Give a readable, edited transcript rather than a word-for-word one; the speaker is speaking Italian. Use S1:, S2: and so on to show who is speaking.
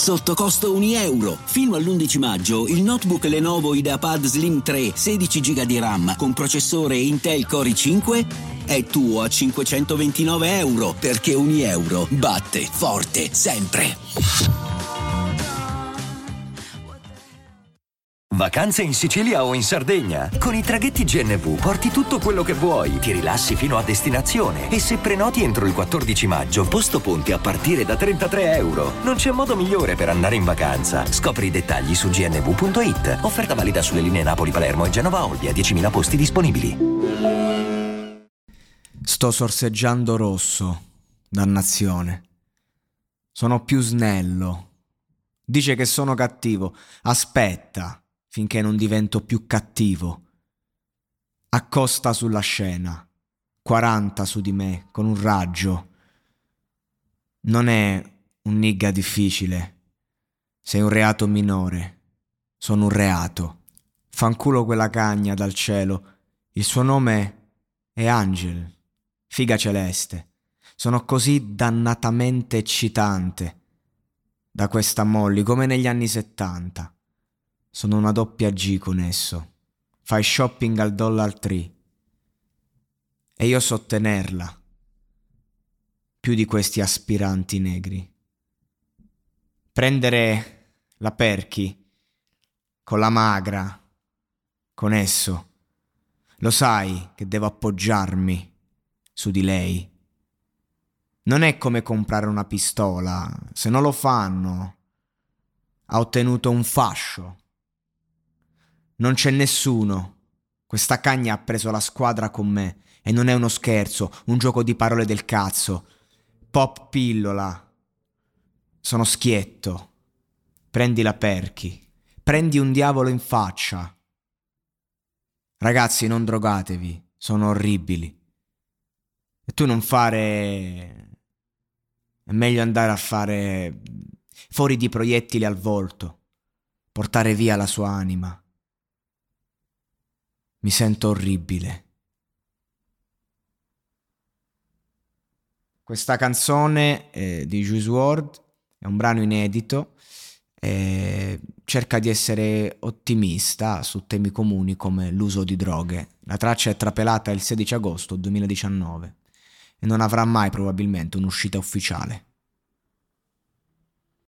S1: sotto costo €1. Fino all'11 maggio il notebook Lenovo IdeaPad Slim 3 16 GB di RAM con processore Intel Core i5 è tuo a €529, perché €1 batte forte sempre.
S2: Vacanze in Sicilia o in Sardegna. Con i traghetti GNV porti tutto quello che vuoi, ti rilassi fino a destinazione e se prenoti entro il 14 maggio, posto ponti a partire da €33. Non c'è modo migliore per andare in vacanza. Scopri i dettagli su gnv.it. Offerta valida sulle linee Napoli-Palermo e Genova-Olbia, 10.000 posti disponibili.
S3: Sto sorseggiando rosso, dannazione. Sono più snello. Dice che sono cattivo. Aspetta finché non divento più cattivo. Accosta sulla scena. 40 su di me, con un raggio. Non è un nigga difficile. Sei un reato minore. Sono un reato. Fanculo quella cagna dal cielo. Il suo nome è Angel. Figa celeste. Sono così dannatamente eccitante. Da questa Molly, come negli anni 70. Sono una doppia G con esso. Fai shopping al Dollar Tree. E io so tenerla. Più di questi aspiranti negri. Prendere la Perky con la magra, con esso. Lo sai che devo appoggiarmi su di lei. Non è come comprare una pistola. Se non lo fanno, ha ottenuto un fascio. Non c'è nessuno. Questa cagna ha preso la squadra con me. E non è uno scherzo, un gioco di parole del cazzo. Pop pillola. Sono schietto. Prendi la Perky. Prendi un diavolo in faccia. Ragazzi, non drogatevi. Sono orribili. E tu non fare... È meglio andare a fare fuori di proiettili al volto. Portare via la sua anima. Mi sento orribile. Questa canzone di Juice WRLD è un brano inedito, cerca di essere ottimista su temi comuni come l'uso di droghe. La traccia è trapelata il 16 agosto 2019 e non avrà mai probabilmente un'uscita ufficiale.